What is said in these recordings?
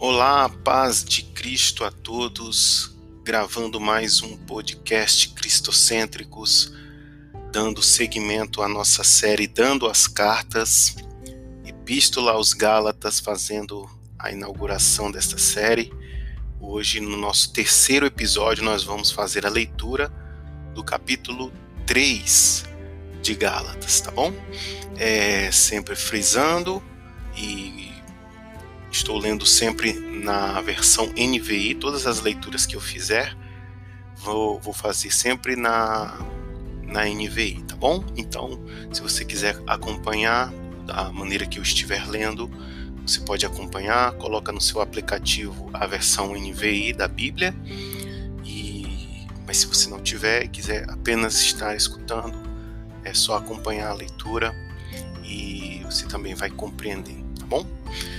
Olá, paz de Cristo a todos, gravando mais um podcast cristocêntricos, dando seguimento à nossa série Dando as Cartas, Epístola aos Gálatas, fazendo a inauguração desta série. Hoje, no nosso terceiro episódio, nós vamos fazer a leitura do capítulo 3 de Gálatas, tá bom? Sempre frisando, e estou lendo sempre na versão NVI, todas as leituras que eu fizer, vou fazer sempre na NVI, tá bom? Então, se você quiser acompanhar da maneira que eu estiver lendo, você pode acompanhar, coloca no seu aplicativo a versão NVI da Bíblia, mas se você não tiver e quiser apenas estar escutando, é só acompanhar a leitura e você também vai compreender, tá bom?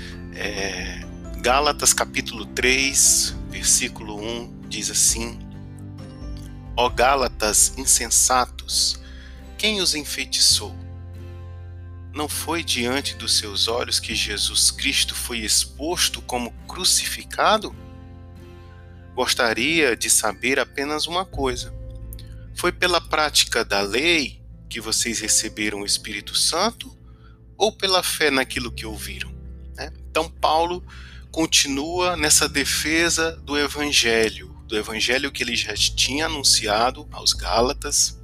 Gálatas capítulo 3, versículo 1, diz assim: Ó Gálatas insensatos, quem os enfeitiçou? Não foi diante dos seus olhos que Jesus Cristo foi exposto como crucificado? Gostaria de saber apenas uma coisa: foi pela prática da lei que vocês receberam o Espírito Santo ou pela fé naquilo que ouviram? Então Paulo continua nessa defesa do evangelho que ele já tinha anunciado aos Gálatas,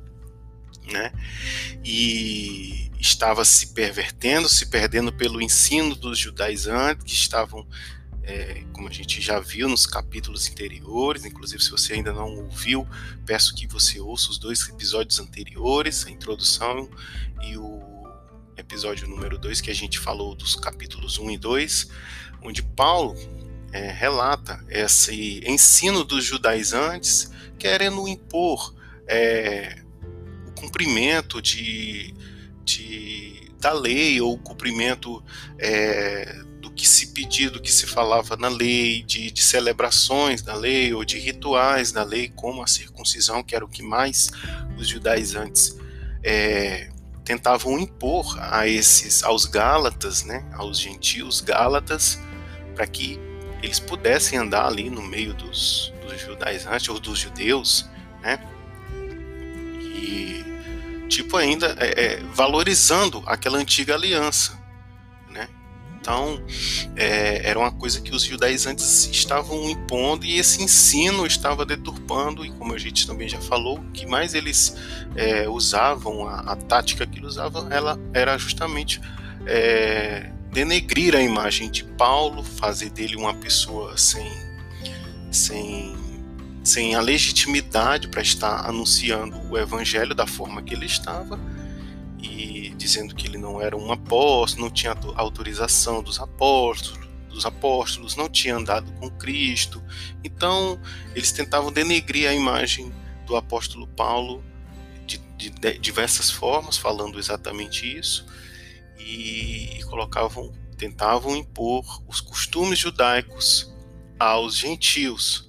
e estava se perdendo pelo ensino dos judaizantes, que estavam, como a gente já viu nos capítulos anteriores. Inclusive, se você ainda não ouviu, peço que você ouça os 2 episódios anteriores, a introdução e o episódio número 2, que a gente falou dos capítulos 1 e 2, onde Paulo relata esse ensino dos judaizantes querendo impor o cumprimento da lei, ou o cumprimento do que se pedia, do que se falava na lei, de celebrações da lei ou de rituais da lei, como a circuncisão, que era o que mais os judaizantes tentavam impor aos Gálatas, aos gentios Gálatas, para que eles pudessem andar ali no meio dos judaizantes ou dos judeus, e ainda valorizando aquela antiga aliança, Então, era uma coisa que os judaizantes estavam impondo, e esse ensino estava deturpando, e como a gente também já falou, o que mais eles usavam, a tática que eles usavam, ela era justamente denegrir a imagem de Paulo, fazer dele uma pessoa sem a legitimidade para estar anunciando o evangelho da forma que ele estava, e dizendo que ele não era um apóstolo, não tinha autorização dos apóstolos, não tinha andado com Cristo. Então, eles tentavam denegrir a imagem do apóstolo Paulo de diversas formas, falando exatamente isso, e tentavam impor os costumes judaicos aos gentios,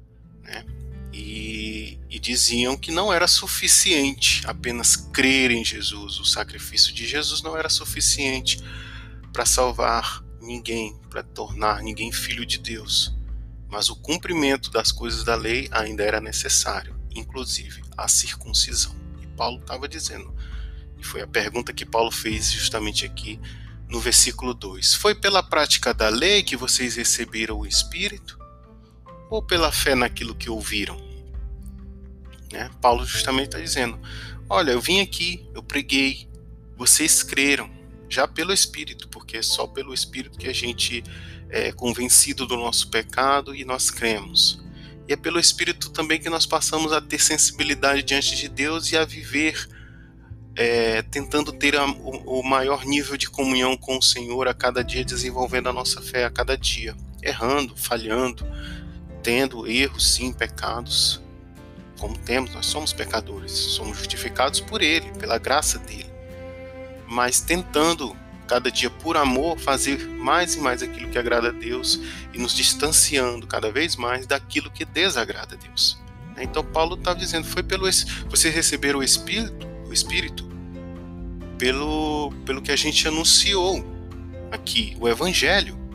e diziam que não era suficiente apenas crer em Jesus. O sacrifício de Jesus não era suficiente para salvar ninguém, para tornar ninguém filho de Deus, mas o cumprimento das coisas da lei ainda era necessário, inclusive a circuncisão. E Paulo estava dizendo, e foi a pergunta que Paulo fez justamente aqui no versículo 2: foi pela prática da lei que vocês receberam o Espírito ou pela fé naquilo que ouviram? Paulo justamente está dizendo: olha, eu vim aqui, eu preguei, vocês creram já pelo Espírito, porque é só pelo Espírito que a gente é convencido do nosso pecado e nós cremos. E é pelo Espírito também que nós passamos a ter sensibilidade diante de Deus e a viver tentando ter o maior nível de comunhão com o Senhor a cada dia, desenvolvendo a nossa fé a cada dia, errando, falhando, tendo erros, sim, pecados, como temos. Nós somos pecadores, somos justificados por Ele, pela graça dEle, mas tentando cada dia, por amor, fazer mais e mais aquilo que agrada a Deus, e nos distanciando cada vez mais daquilo que desagrada a Deus. Então Paulo está dizendo: vocês receberam o Espírito pelo que a gente anunciou aqui, o Evangelho,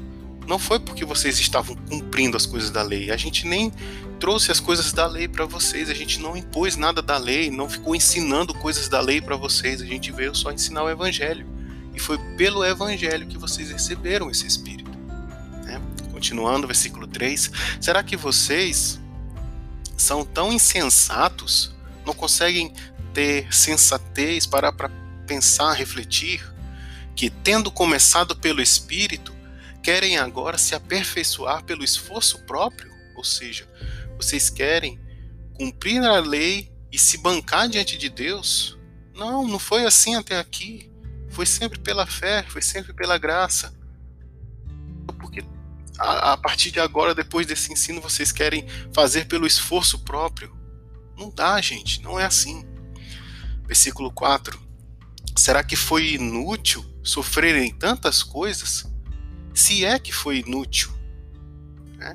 Não foi porque vocês estavam cumprindo as coisas da lei. A gente nem trouxe as coisas da lei para vocês. A gente não impôs nada da lei, não ficou ensinando coisas da lei para vocês. A gente veio só ensinar o Evangelho. E foi pelo Evangelho que vocês receberam esse Espírito. Continuando, versículo 3. Será que vocês são tão insensatos, não conseguem ter sensatez para pensar, refletir, que tendo começado pelo Espírito, querem agora se aperfeiçoar pelo esforço próprio? Ou seja, vocês querem cumprir a lei e se bancar diante de Deus? Não, não foi assim até aqui. Foi sempre pela fé, foi sempre pela graça. Porque a partir de agora, depois desse ensino, vocês querem fazer pelo esforço próprio? Não dá, gente, não é assim. Versículo 4. Será que foi inútil sofrerem tantas coisas? Se é que foi inútil, né?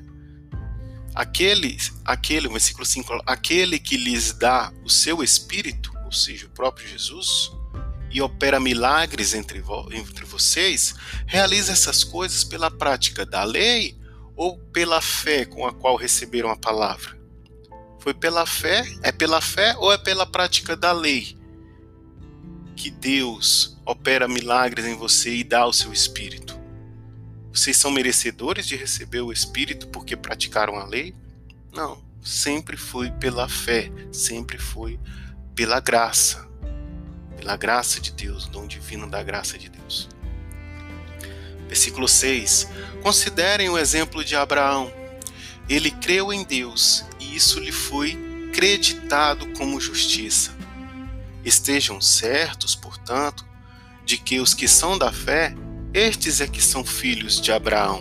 Versículo 5, aquele que lhes dá o seu Espírito, ou seja, o próprio Jesus, e opera milagres entre vocês, realiza essas coisas pela prática da lei ou pela fé com a qual receberam a palavra? Foi pela fé? É pela fé ou é pela prática da lei que Deus opera milagres em você e dá o seu Espírito? Vocês são merecedores de receber o Espírito porque praticaram a lei? Não, sempre foi pela fé, sempre foi pela graça de Deus, o dom divino da graça de Deus. Versículo 6. Considerem o exemplo de Abraão. Ele creu em Deus e isso lhe foi creditado como justiça. Estejam certos, portanto, de que os que são da fé, estes é que são filhos de Abraão.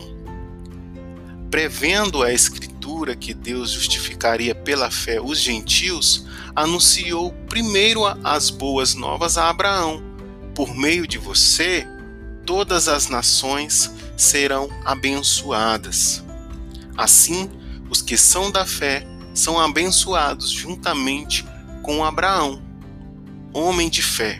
Prevendo a Escritura que Deus justificaria pela fé os gentios, anunciou primeiro as boas novas a Abraão. Por meio de você, todas as nações serão abençoadas. Assim, os que são da fé são abençoados juntamente com Abraão, homem de fé.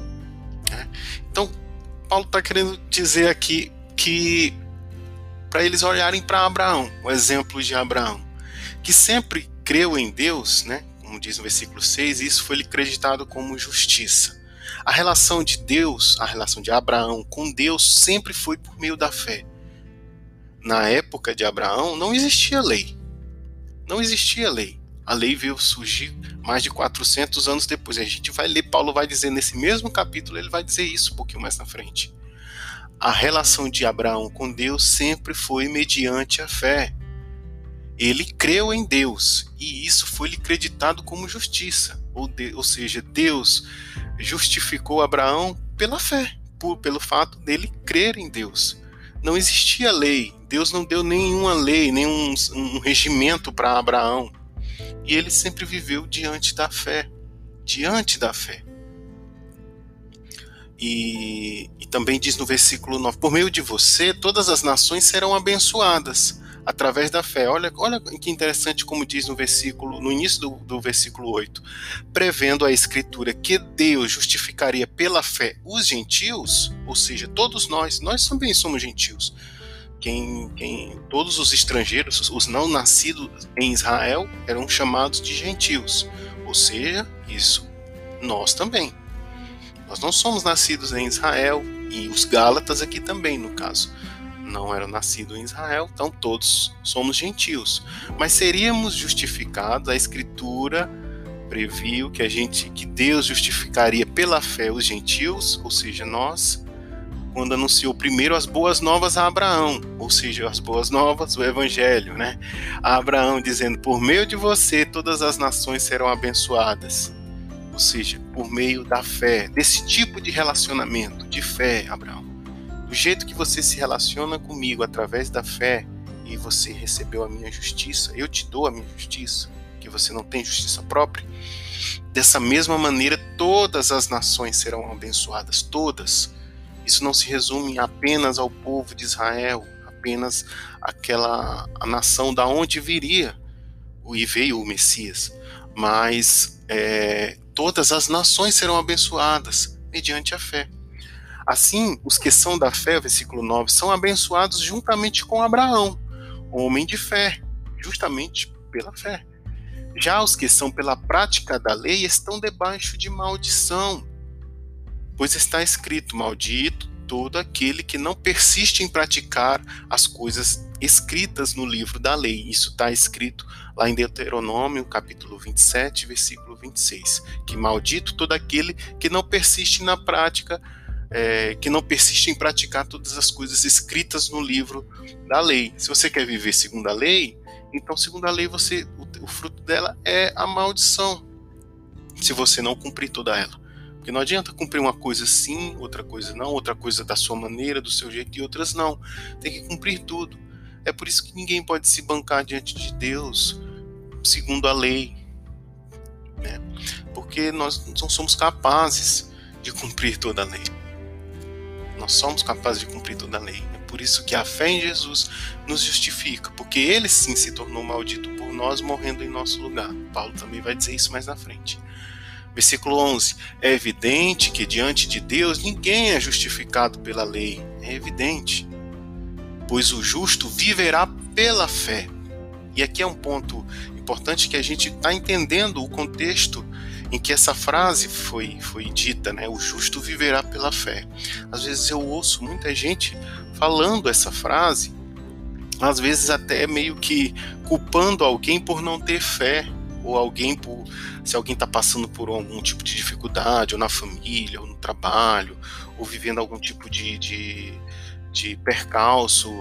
Então, Paulo está querendo dizer aqui que para eles olharem para Abraão, o exemplo de Abraão, que sempre creu em Deus, né? Como diz no versículo 6, isso foi lhe acreditado como justiça. A relação de Deus, a relação de Abraão com Deus sempre foi por meio da fé. Na época de Abraão não existia lei. Não existia lei. A lei veio surgir mais de 400 anos depois. A gente vai ler, Paulo vai dizer nesse mesmo capítulo, ele vai dizer isso um pouquinho mais na frente. A relação de Abraão com Deus sempre foi mediante a fé. Ele creu em Deus e isso foi lhe acreditado como justiça. Ou seja, Deus justificou Abraão pela fé, pelo fato dele crer em Deus. Não existia lei. Deus não deu nenhuma lei, nenhum regimento para Abraão. E ele sempre viveu diante da fé. Diante da fé. E também diz no versículo 9, por meio de você, todas as nações serão abençoadas através da fé. Olha que interessante como diz no início do versículo 8. Prevendo a Escritura que Deus justificaria pela fé os gentios, ou seja, todos nós também somos gentios. Todos os estrangeiros, os não nascidos em Israel, eram chamados de gentios. Ou seja, isso, nós também. Nós não somos nascidos em Israel, e os Gálatas aqui também, no caso, não eram nascidos em Israel, então todos somos gentios. Mas seríamos justificados, a Escritura previu que Deus justificaria pela fé os gentios, ou seja, nós, quando anunciou primeiro as boas novas a Abraão, ou seja, as boas novas, o Evangelho, né? A Abraão dizendo, por meio de você todas as nações serão abençoadas. Ou seja, por meio da fé, desse tipo de relacionamento, de fé, Abraão. Do jeito que você se relaciona comigo através da fé e você recebeu a minha justiça, eu te dou a minha justiça, que você não tem justiça própria. Dessa mesma maneira, todas as nações serão abençoadas, todas. Isso não se resume apenas ao povo de Israel, apenas a nação da onde viria e veio o Messias, mas todas as nações serão abençoadas mediante a fé. Assim, os que são da fé, versículo 9, são abençoados juntamente com Abraão, homem de fé, justamente pela fé. Já os que são pela prática da lei estão debaixo de maldição, pois está escrito: maldito todo aquele que não persiste em praticar as coisas escritas no livro da lei. Isso está escrito lá em Deuteronômio, capítulo 27, versículo 26, que maldito todo aquele que não persiste na prática, que não persiste em praticar todas as coisas escritas no livro da lei. Se você quer viver segundo a lei, então segundo a lei o fruto dela é a maldição, se você não cumprir toda ela. Porque não adianta cumprir uma coisa sim, outra coisa não, outra coisa da sua maneira, do seu jeito e outras não. Tem que cumprir tudo. É por isso que ninguém pode se bancar diante de Deus segundo a lei, né? Porque nós não somos capazes de cumprir toda a lei. Nós somos capazes de cumprir toda a lei. É por isso que a fé em Jesus nos justifica, porque ele sim se tornou maldito por nós, morrendo em nosso lugar. Paulo também vai dizer isso mais na frente. Versículo 11, é evidente que diante de Deus ninguém é justificado pela lei, é evidente, pois o justo viverá pela fé. E aqui é um ponto importante, que a gente está entendendo o contexto em que essa frase foi dita, né? O justo viverá pela fé. Às vezes eu ouço muita gente falando essa frase, às vezes até meio que culpando alguém por não ter fé, ou se alguém está passando por algum tipo de dificuldade, ou na família, ou no trabalho, ou vivendo algum tipo de percalço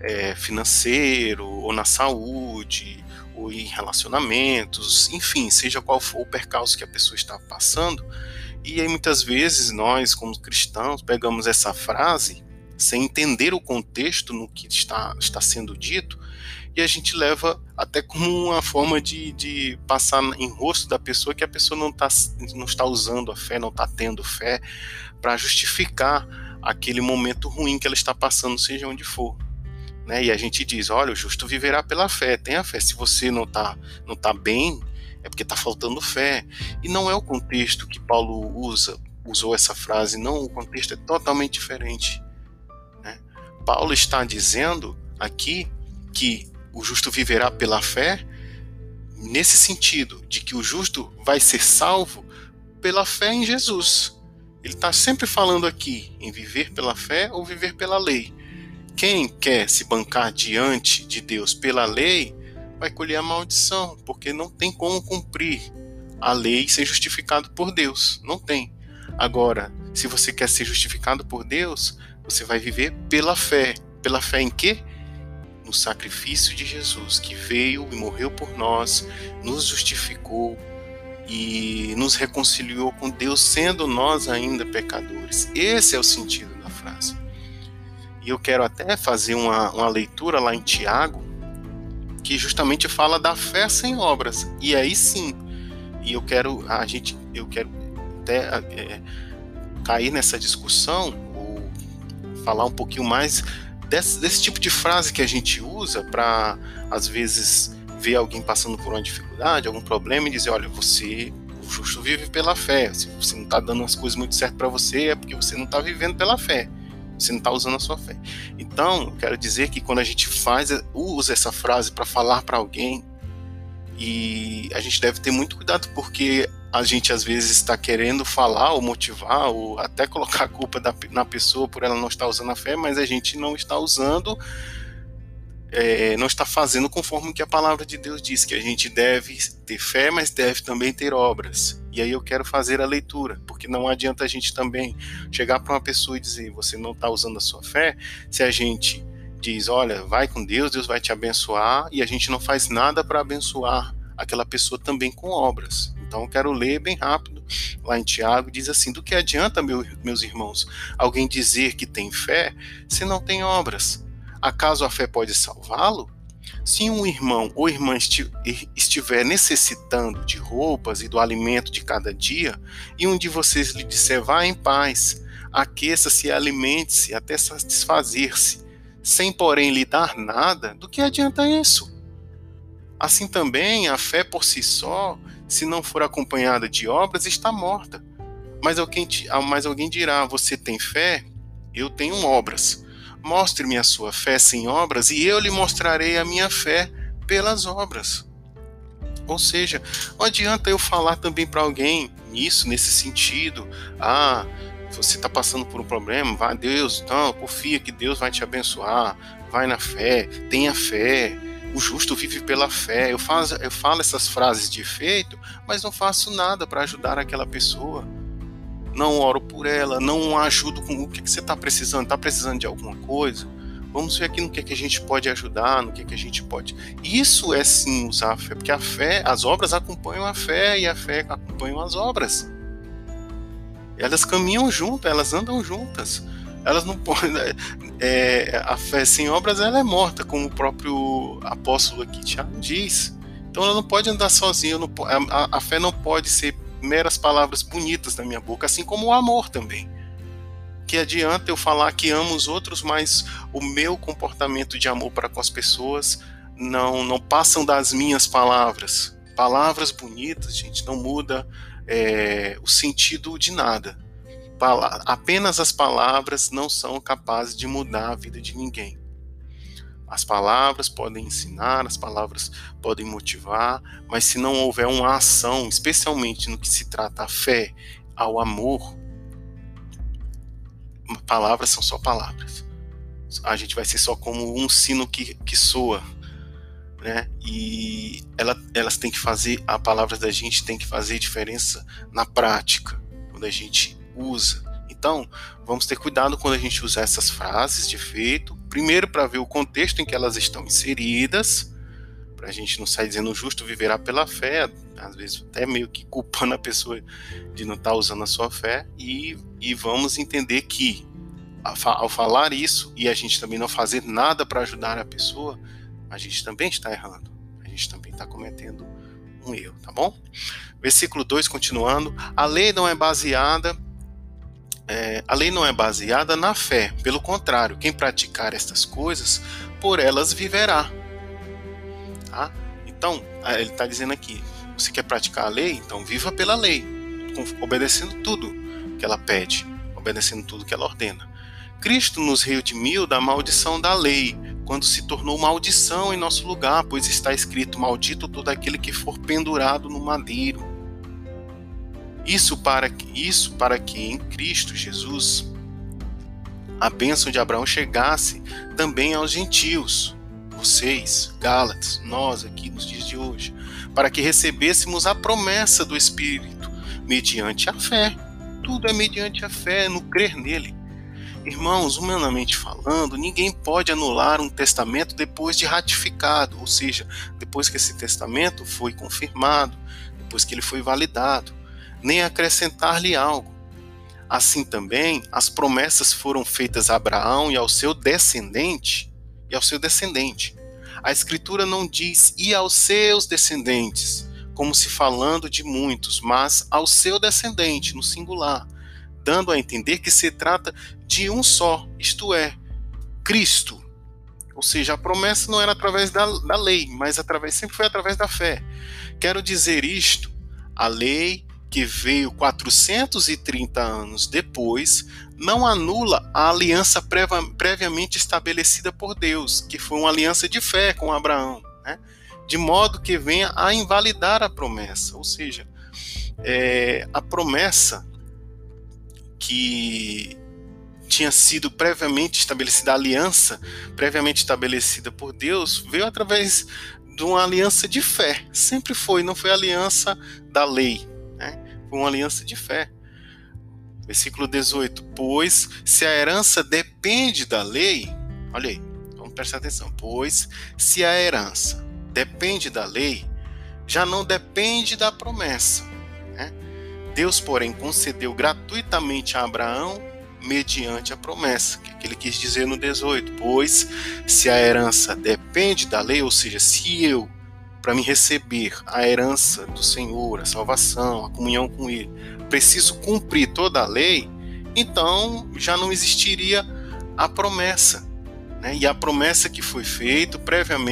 financeiro, ou na saúde, ou em relacionamentos, enfim, seja qual for o percalço que a pessoa está passando. E aí muitas vezes nós, como cristãos, pegamos essa frase sem entender o contexto no que está sendo dito, e a gente leva até como uma forma de passar em rosto da pessoa que a pessoa não está usando a fé, não está tendo fé, para justificar aquele momento ruim que ela está passando, seja onde for, né? E a gente diz: olha, o justo viverá pela fé, tenha fé. Se você não tá bem, é porque está faltando fé. E não é o contexto que Paulo usou essa frase, não, o contexto é totalmente diferente, né? Paulo está dizendo aqui que o justo viverá pela fé, nesse sentido, de que o justo vai ser salvo pela fé em Jesus. Ele está sempre falando aqui em viver pela fé ou viver pela lei. Quem quer se bancar diante de Deus pela lei, vai colher a maldição, porque não tem como cumprir a lei e ser justificado por Deus. Não tem. Agora, se você quer ser justificado por Deus, você vai viver pela fé. Pela fé em quê? No sacrifício de Jesus, que veio e morreu por nós, nos justificou e nos reconciliou com Deus, sendo nós ainda pecadores. Esse é o sentido da frase. E eu quero até fazer uma leitura lá em Tiago, que justamente fala da fé sem obras. E aí sim, e eu quero até cair nessa discussão, ou falar um pouquinho mais desse tipo de frase que a gente usa para, às vezes, ver alguém passando por uma dificuldade, algum problema, e dizer: olha, o justo vive pela fé. Se você não está dando as coisas muito certas para você, é porque você não está vivendo pela fé, você não está usando a sua fé. Então, eu quero dizer que quando a gente usa essa frase para falar para alguém, e a gente deve ter muito cuidado, porque a gente às vezes está querendo falar ou motivar ou até colocar a culpa na pessoa por ela não estar usando a fé, mas a gente não está usando, não está fazendo conforme o que a palavra de Deus diz, que a gente deve ter fé, mas deve também ter obras. E aí eu quero fazer a leitura, porque não adianta a gente também chegar para uma pessoa e dizer: você não está usando a sua fé, se a gente diz: olha, vai com Deus, Deus vai te abençoar, e a gente não faz nada para abençoar aquela pessoa também com obras. Então eu quero ler bem rápido, lá em Tiago, diz assim: do que adianta, meus irmãos, alguém dizer que tem fé se não tem obras? Acaso a fé pode salvá-lo? Se um irmão ou irmã estiver necessitando de roupas e do alimento de cada dia, e um de vocês lhe disser: vá em paz, aqueça-se e alimente-se até satisfazer-se, sem porém lhe dar nada, do que adianta isso? Assim também a fé por si só, se não for acompanhada de obras, está morta. Mas alguém dirá: você tem fé? eu tenho obras. Mostre-me a sua fé sem obras e eu lhe mostrarei a minha fé pelas obras. Ou seja, não adianta eu falar também para alguém nesse sentido, você está passando por um problema, vai a Deus, não, confia que Deus vai te abençoar, vai na fé, tenha fé, o justo vive pela fé. Eu falo essas frases de efeito, mas não faço nada para ajudar aquela pessoa. Não oro por ela, não ajudo com o que você está precisando. Está precisando de alguma coisa? Vamos ver aqui no que a gente pode ajudar, no que a gente pode... Isso é sim usar a fé, porque a fé, as obras acompanham a fé e a fé acompanha as obras. Elas caminham juntas, elas andam juntas. Elas não podem... a fé sem obras, ela é morta, como o próprio apóstolo aqui, Tiago, diz. Então ela não pode andar sozinha, a fé não pode ser meras palavras bonitas da minha boca, assim como o amor também. Que adianta eu falar que amo os outros, mas o meu comportamento de amor para com as pessoas não passam das minhas palavras. Palavras bonitas, gente, não muda o sentido de nada. Apenas as palavras não são capazes de mudar a vida de ninguém. As palavras podem ensinar, as palavras podem motivar, mas se não houver uma ação, especialmente no que se trata a fé, ao amor, palavras são só palavras. A gente vai ser só como um sino que soa, né? E elas têm que fazer, a palavra da gente tem que fazer diferença na prática, quando a gente usa. Então, vamos ter cuidado quando a gente usar essas frases de efeito, primeiro para ver o contexto em que elas estão inseridas, para a gente não sair dizendo o justo viverá pela fé, às vezes até meio que culpando a pessoa de não estar usando a sua fé, e vamos entender que ao falar isso e a gente também não fazer nada para ajudar a pessoa, a gente também está errando, a gente também está cometendo um erro, tá bom? Versículo 2, continuando, a lei não é baseada na fé, pelo contrário, quem praticar estas coisas, por elas viverá. Tá? Então, ele está dizendo aqui, você quer praticar a lei? Então viva pela lei, obedecendo tudo que ela pede, obedecendo tudo que ela ordena. Cristo nos redimiu da maldição da lei, quando se tornou maldição em nosso lugar, pois está escrito, maldito todo aquele que for pendurado no madeiro. Isso para que em Cristo Jesus a bênção de Abraão chegasse também aos gentios, vocês, Gálatas, nós aqui nos dias de hoje, para que recebêssemos a promessa do Espírito, mediante a fé. Tudo é mediante a fé, no crer nele. Irmãos, humanamente falando, ninguém pode anular um testamento depois de ratificado, ou seja, depois que esse testamento foi confirmado, depois que ele foi validado, nem acrescentar-lhe algo. Assim também, as promessas foram feitas a Abraão e ao seu descendente. A Escritura não diz e aos seus descendentes, como se falando de muitos, mas ao seu descendente, no singular, dando a entender que se trata de um só, isto é, Cristo. Ou seja, a promessa não era através da lei, mas sempre foi através da fé. Quero dizer isto, a lei que veio 430 anos depois, não anula a aliança previamente estabelecida por Deus, que foi uma aliança de fé com Abraão, né? De modo que venha a invalidar a promessa. Ou seja, a promessa que tinha sido previamente estabelecida, a aliança previamente estabelecida por Deus, veio através de uma aliança de fé. Sempre foi, não foi aliança da lei, né? Foi uma aliança de fé. Versículo 18, pois se a herança depende da lei, olha aí, vamos prestar atenção, pois se a herança depende da lei, já não depende da promessa, né? Deus, porém, concedeu gratuitamente a Abraão mediante a promessa, que ele quis dizer no 18, pois se a herança depende da lei, ou seja, se eu, para me receber a herança do Senhor, a salvação, a comunhão com Ele, preciso cumprir toda a lei, então já não existiria a promessa, né? E a promessa que foi feita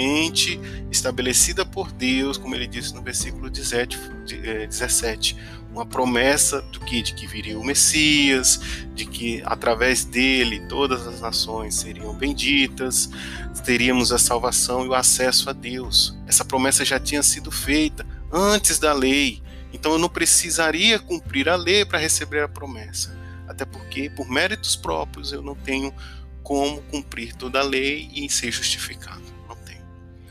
estabelecida por Deus, como ele disse no versículo 17, uma promessa do que? De que viria o Messias, de que através dele todas as nações seriam benditas, teríamos a salvação e o acesso a Deus. Essa promessa já tinha sido feita antes da lei, então eu não precisaria cumprir a lei para receber a promessa, até porque por méritos próprios eu não tenho como cumprir toda a lei e ser justificado. Não tenho.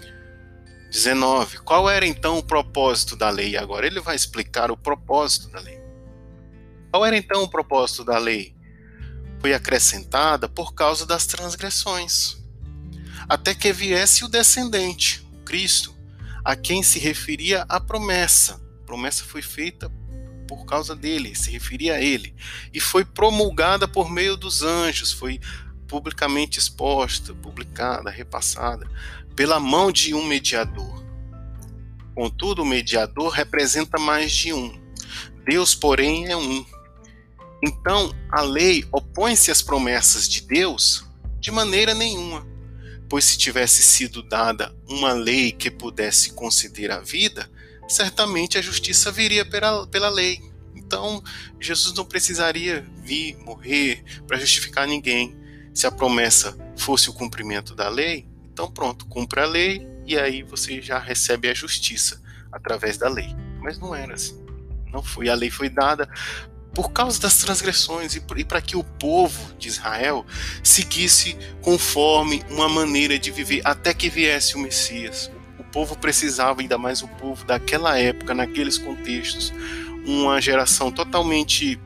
19. Qual era então o propósito da lei? Agora ele vai explicar o propósito da lei. Qual era então o propósito da lei? Foi acrescentada por causa das transgressões, até que viesse o descendente, o Cristo, a quem se referia a promessa. A promessa foi feita por causa dele, se referia a ele, e foi promulgada por meio dos anjos, foi publicamente exposta, publicada, repassada, pela mão de um mediador. Contudo, o mediador representa mais de um. Deus, porém, é um. Então, a lei opõe-se às promessas de Deus de maneira nenhuma, pois se tivesse sido dada uma lei que pudesse conceder a vida, certamente a justiça viria pela lei. Então, Jesus não precisaria vir, morrer, para justificar ninguém. Se a promessa fosse o cumprimento da lei, então pronto, cumpre a lei e aí você já recebe a justiça através da lei. Mas não era assim. Não foi. A lei foi dada por causa das transgressões e para que o povo de Israel seguisse conforme uma maneira de viver até que viesse o Messias. O povo precisava, ainda mais o povo daquela época, naqueles contextos, uma geração totalmente,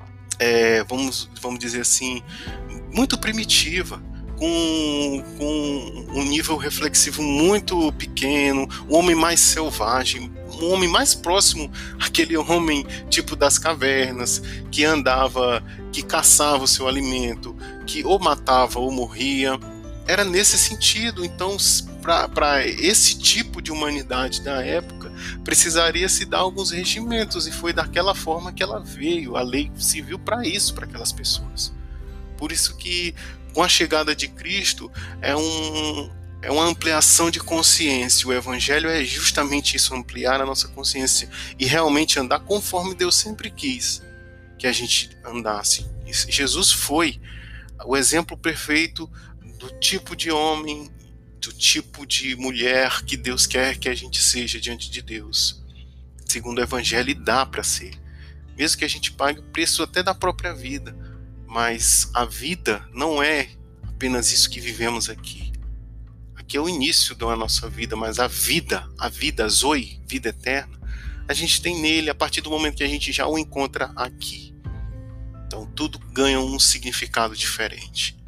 vamos dizer assim, muito primitiva, com um nível reflexivo muito pequeno, um homem mais selvagem, um homem mais próximo àquele homem tipo das cavernas, que andava, que caçava o seu alimento, que ou matava ou morria. Era nesse sentido. Então, para esse tipo de humanidade da época, precisaria se dar alguns regimentos, e foi daquela forma que ela veio. A lei serviu para isso, para aquelas pessoas. Por isso que, com a chegada de Cristo, é uma ampliação de consciência. O Evangelho é justamente isso, ampliar a nossa consciência e realmente andar conforme Deus sempre quis que a gente andasse. Jesus foi o exemplo perfeito do tipo de homem, do tipo de mulher que Deus quer que a gente seja diante de Deus. Segundo o Evangelho, dá para ser. Mesmo que a gente pague o preço até da própria vida. Mas a vida não é apenas isso que vivemos aqui. Aqui é o início da nossa vida, mas a vida, Zoe, vida eterna, a gente tem nele a partir do momento que a gente já o encontra aqui. Então tudo ganha um significado diferente.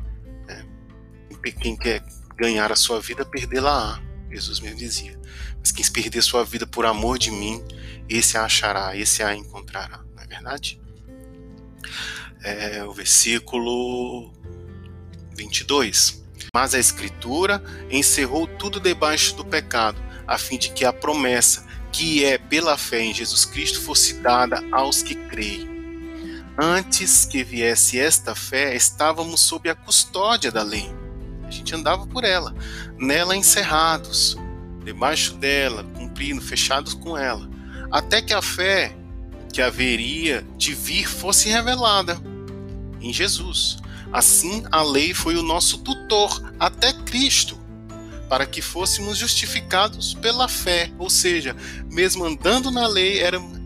Quem quer ganhar a sua vida, perdê-la-á, Jesus mesmo dizia. Mas quem perder sua vida por amor de mim, esse a achará, esse a encontrará. Não é verdade? O versículo 22. Mas a Escritura encerrou tudo debaixo do pecado, a fim de que a promessa, que é pela fé em Jesus Cristo, fosse dada aos que creem. Antes que viesse esta fé, estávamos sob a custódia da lei. A gente andava por ela, nela encerrados, debaixo dela, cumprindo, fechados com ela, até que a fé que haveria de vir fosse revelada em Jesus. Assim, a lei foi o nosso tutor até Cristo, para que fôssemos justificados pela fé. Ou seja, mesmo andando na lei,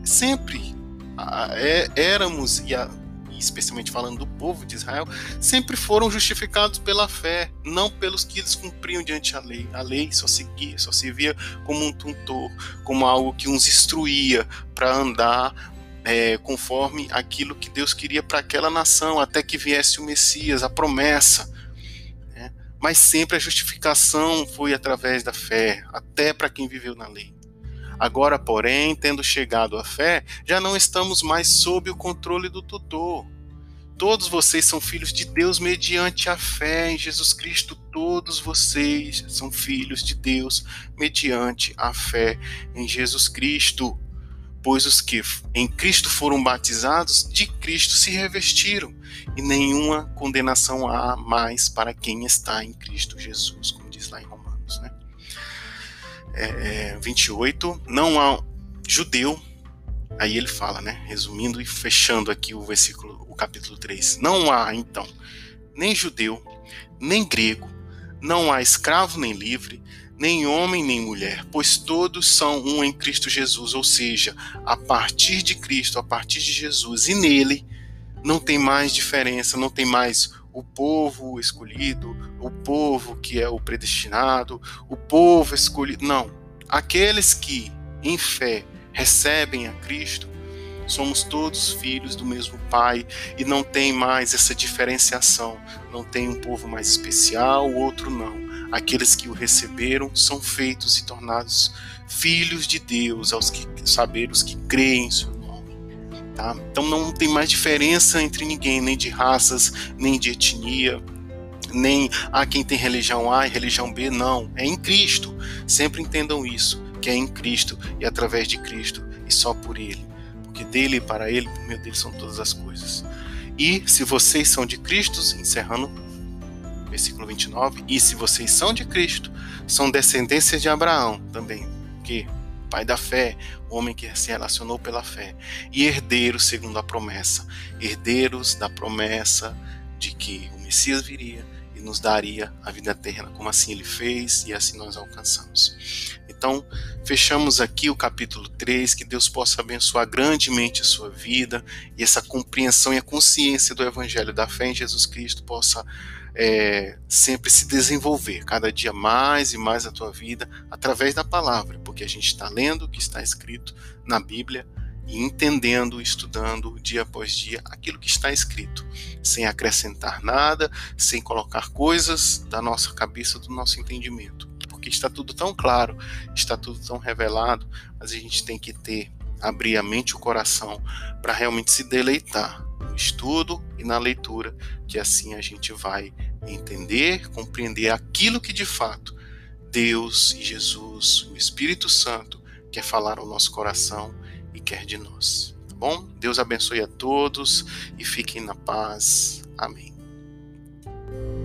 éramos, e especialmente falando do povo de Israel, sempre foram justificados pela fé, não pelos que eles cumpriam diante da lei. A lei só servia como um tutor, como algo que nos instruía para andar conforme aquilo que Deus queria para aquela nação, até que viesse o Messias, a promessa. Mas sempre a justificação foi através da fé, até para quem viveu na lei. Agora, porém, tendo chegado à fé, já não estamos mais sob o controle do tutor. Todos vocês são filhos de Deus mediante a fé em Jesus Cristo. Todos vocês são filhos de Deus mediante a fé em Jesus Cristo. Pois os que em Cristo foram batizados, de Cristo se revestiram, e nenhuma condenação há mais para quem está em Cristo Jesus, como diz lá em Romanos, 28, não há judeu, Aí ele fala, né, resumindo e fechando aqui o capítulo 3. Não há, então, nem judeu, nem grego, não há escravo nem livre, nem homem nem mulher, pois todos são um em Cristo Jesus, ou seja, a partir de Cristo, a partir de Jesus, e nele não tem mais diferença, não tem mais o povo escolhido, o povo que é o predestinado, o povo escolhido, não. Aqueles que, em fé, recebem a Cristo, somos todos filhos do mesmo Pai e não tem mais essa diferenciação. Não tem um povo mais especial, o outro não. Aqueles que o receberam são feitos e tornados filhos de Deus, aos que saber os que creem em seu nome. Tá? Então não tem mais diferença entre ninguém, nem de raças, nem de etnia, nem quem tem religião A e religião B, não. É em Cristo. Sempre entendam isso, que é em Cristo e através de Cristo e só por Ele. Porque dele e para ele, por meio dele são todas as coisas. E se vocês são de Cristo, encerrando versículo 29, e se vocês são de Cristo, são descendências de Abraão também, que pai da fé, o homem que se relacionou pela fé, e herdeiros segundo a promessa, herdeiros da promessa de que o Messias viria e nos daria a vida eterna, como assim ele fez e assim nós alcançamos. Então, fechamos aqui o capítulo 3, que Deus possa abençoar grandemente a sua vida e essa compreensão e a consciência do Evangelho da fé em Jesus Cristo possa sempre se desenvolver, cada dia mais e mais a tua vida, através da palavra, porque a gente está lendo o que está escrito na Bíblia e entendendo, estudando dia após dia aquilo que está escrito, sem acrescentar nada, sem colocar coisas da nossa cabeça, do nosso entendimento, porque está tudo tão claro, está tudo tão revelado, mas a gente tem que abrir a mente e o coração para realmente se deleitar no estudo e na leitura, que assim a gente vai entender, compreender aquilo que de fato Deus e Jesus, o Espírito Santo, quer falar ao nosso coração e quer de nós. Tá bom? Deus abençoe a todos e fiquem na paz. Amém.